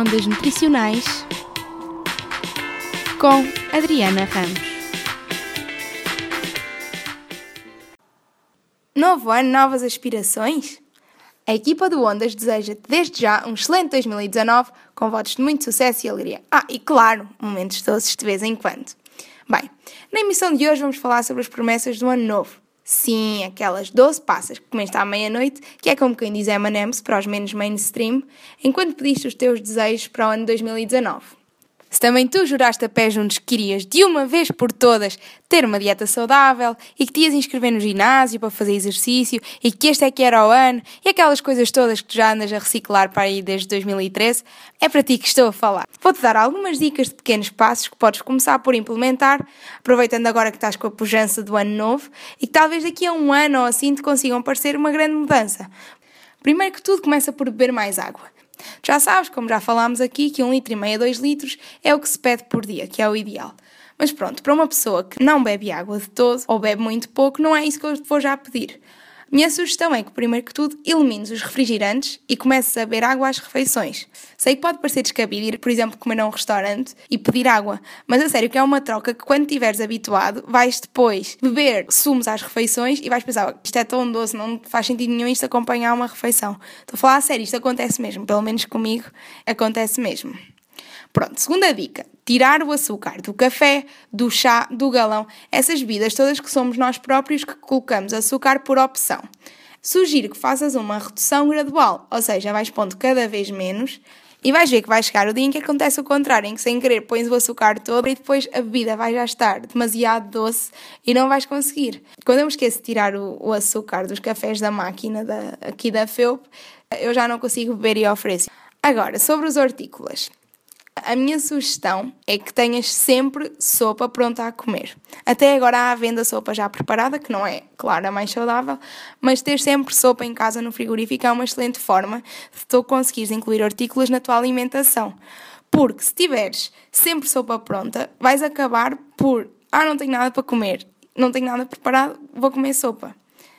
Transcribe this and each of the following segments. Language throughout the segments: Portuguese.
Ondas Nutricionais com Adriana Ramos. Novo ano, novas aspirações? A equipa do Ondas deseja-te desde já um excelente 2019 com votos de muito sucesso e alegria. E claro, momentos doces de vez em quando. Bem, na emissão de hoje vamos falar sobre as promessas do ano novo. Sim, aquelas 12 passas que comeste à meia-noite, que é como quem diz M&M's para os menos mainstream, enquanto pediste os teus desejos para o ano 2019. Se também tu juraste a pé juntos que querias, de uma vez por todas, ter uma dieta saudável e que te ias inscrever no ginásio para fazer exercício e que este é que era o ano e aquelas coisas todas que tu já andas a reciclar para aí desde 2013, é para ti que estou a falar. Vou-te dar algumas dicas de pequenos passos que podes começar por implementar, aproveitando agora que estás com a pujança do ano novo e que talvez daqui a um ano ou assim te consigam parecer uma grande mudança. Primeiro que tudo, começa por beber mais água. Já sabes, como já falámos aqui, que 1,5 litro a 2 litros é o que se pede por dia, que é o ideal. Mas pronto, para uma pessoa que não bebe água de todo, ou bebe muito pouco, não é isso que eu te vou já pedir. Minha sugestão é que, primeiro que tudo, elimines os refrigerantes e comeces a beber água às refeições. Sei que pode parecer descabido ir, por exemplo, comer a um restaurante e pedir água, mas a sério que é uma troca que quando estiveres habituado, vais depois beber sumos às refeições e vais pensar, isto é tão doce, não faz sentido nenhum isto acompanhar uma refeição. Estou a falar a sério, isto acontece mesmo, pelo menos comigo acontece mesmo. Pronto, segunda dica, tirar o açúcar do café, do chá, do galão, essas bebidas todas que somos nós próprios que colocamos açúcar por opção. Sugiro que faças uma redução gradual, ou seja, vais pondo cada vez menos e vais ver que vai chegar o dia em que acontece o contrário, em que sem querer pões o açúcar todo e depois a bebida vai já estar demasiado doce e não vais conseguir. Quando eu me esqueço de tirar o açúcar dos cafés da máquina aqui da Felp, eu já não consigo beber e ofereço. Agora, sobre os hortícolas. A minha sugestão é que tenhas sempre sopa pronta a comer. Até agora há à venda sopa já preparada, que não é, claro, a mais saudável, mas ter sempre sopa em casa no frigorífico é uma excelente forma de tu conseguires incluir hortícolas na tua alimentação. Porque se tiveres sempre sopa pronta, vais acabar por, não tenho nada para comer, não tenho nada preparado, vou comer sopa.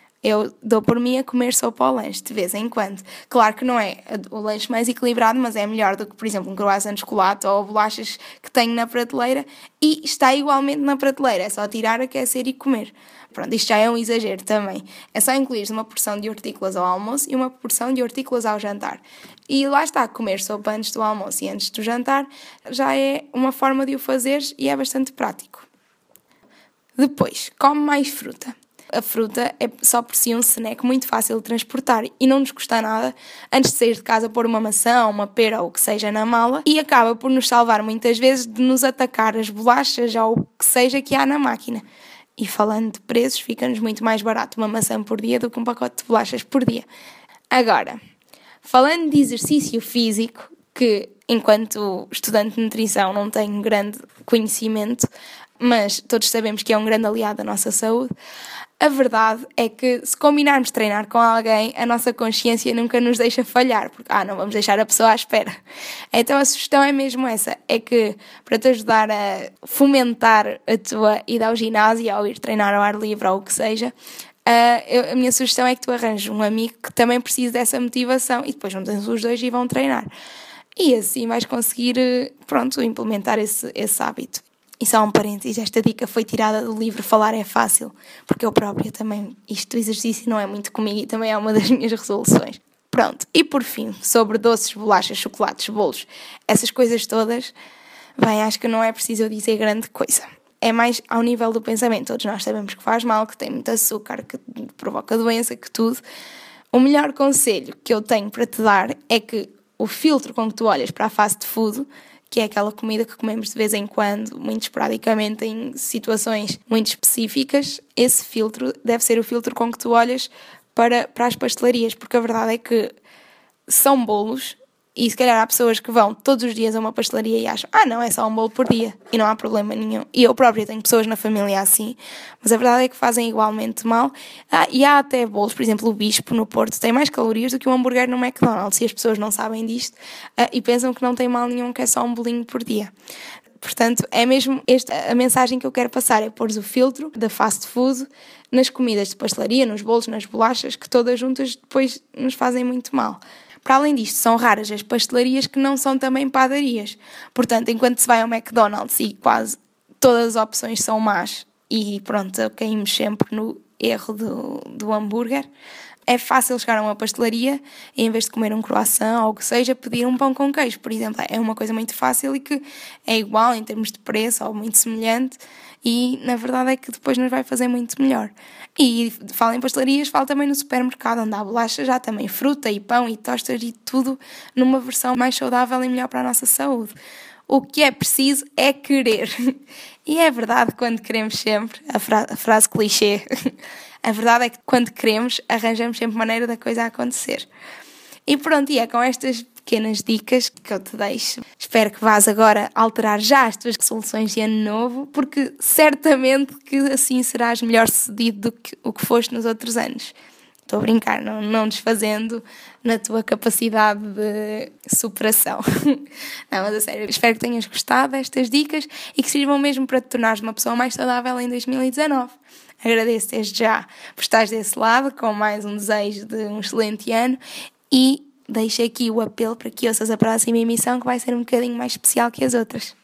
Eu dou por mim a comer sopa ao lanche, de vez em quando. Claro que não é o lanche mais equilibrado, mas é melhor do que, por exemplo, um croissant de chocolate ou bolachas que tenho na prateleira e está igualmente na prateleira. É só tirar, aquecer e comer. Pronto, isto já é um exagero também. É só incluir uma porção de hortícolas ao almoço e uma porção de hortícolas ao jantar. E lá está, comer sopa antes do almoço e antes do jantar já é uma forma de o fazeres e é bastante prático. Depois, come mais fruta. A fruta é só por si um snack muito fácil de transportar e não nos custa nada antes de sair de casa pôr uma maçã, uma pera ou o que seja na mala e acaba por nos salvar muitas vezes de nos atacar as bolachas ou o que seja que há na máquina. E falando de preços, fica-nos muito mais barato uma maçã por dia do que um pacote de bolachas por dia. Agora, falando de exercício físico, que enquanto estudante de nutrição não tenho grande conhecimento, mas todos sabemos que é um grande aliado da nossa saúde, a verdade é que se combinarmos treinar com alguém, a nossa consciência nunca nos deixa falhar, porque não vamos deixar a pessoa à espera. Então a sugestão é mesmo essa, é que para te ajudar a fomentar a tua ida ao ginásio, ou ir treinar ao ar livre ou o que seja, a minha sugestão é que tu arranjes um amigo que também precise dessa motivação e depois juntem-se os dois e vão treinar. E assim vais conseguir, implementar esse hábito. E só um parênteses, esta dica foi tirada do livro Falar é Fácil, porque eu própria também, do exercício não é muito comigo e também é uma das minhas resoluções. Pronto, e por fim, sobre doces, bolachas, chocolates, bolos, essas coisas todas, acho que não é preciso eu dizer grande coisa. É mais ao nível do pensamento, todos nós sabemos que faz mal, que tem muito açúcar, que provoca doença, que tudo. O melhor conselho que eu tenho para te dar é que o filtro com que tu olhas para a fast food, que é aquela comida que comemos de vez em quando, muito esporadicamente, em situações muito específicas, esse filtro deve ser o filtro com que tu olhas para as pastelarias, porque a verdade é que são bolos e se calhar há pessoas que vão todos os dias a uma pastelaria e acham, não, é só um bolo por dia e não há problema nenhum. E eu própria tenho pessoas na família assim, mas a verdade é que fazem igualmente mal. E há até bolos, por exemplo, o Bispo no Porto tem mais calorias do que um hambúrguer no McDonald's e as pessoas não sabem disto e pensam que não tem mal nenhum, que é só um bolinho por dia. Portanto, é mesmo a mensagem que eu quero passar, é pôr o filtro da fast food nas comidas de pastelaria, nos bolos, nas bolachas, que todas juntas depois nos fazem muito mal. Para além disto, são raras as pastelarias que não são também padarias. Portanto, enquanto se vai ao McDonald's e quase todas as opções são más e pronto, caímos sempre no erro do hambúrguer, é fácil chegar a uma pastelaria e, em vez de comer um croissant ou o que seja, pedir um pão com queijo, por exemplo. É uma coisa muito fácil e que é igual em termos de preço ou muito semelhante, e na verdade é que depois nos vai fazer muito melhor. E falo em pastelarias, falo também no supermercado, onde há bolachas, já também fruta e pão e tostas e tudo numa versão mais saudável e melhor para a nossa saúde. O que é preciso é querer. E é verdade quando queremos sempre, a frase clichê, a verdade é que quando queremos arranjamos sempre maneira da coisa acontecer. E pronto, e é com estas pequenas dicas que eu te deixo. Espero que vás agora alterar já as tuas soluções de ano novo, porque certamente que assim serás melhor sucedido do que o que foste nos outros anos. Estou a brincar, não desfazendo na tua capacidade de superação. Não, mas a sério, espero que tenhas gostado destas dicas e que sirvam mesmo para te tornares uma pessoa mais saudável em 2019. Agradeço desde já por estares desse lado, com mais um desejo de um excelente ano, e deixo aqui o apelo para que ouças a próxima emissão, que vai ser um bocadinho mais especial que as outras.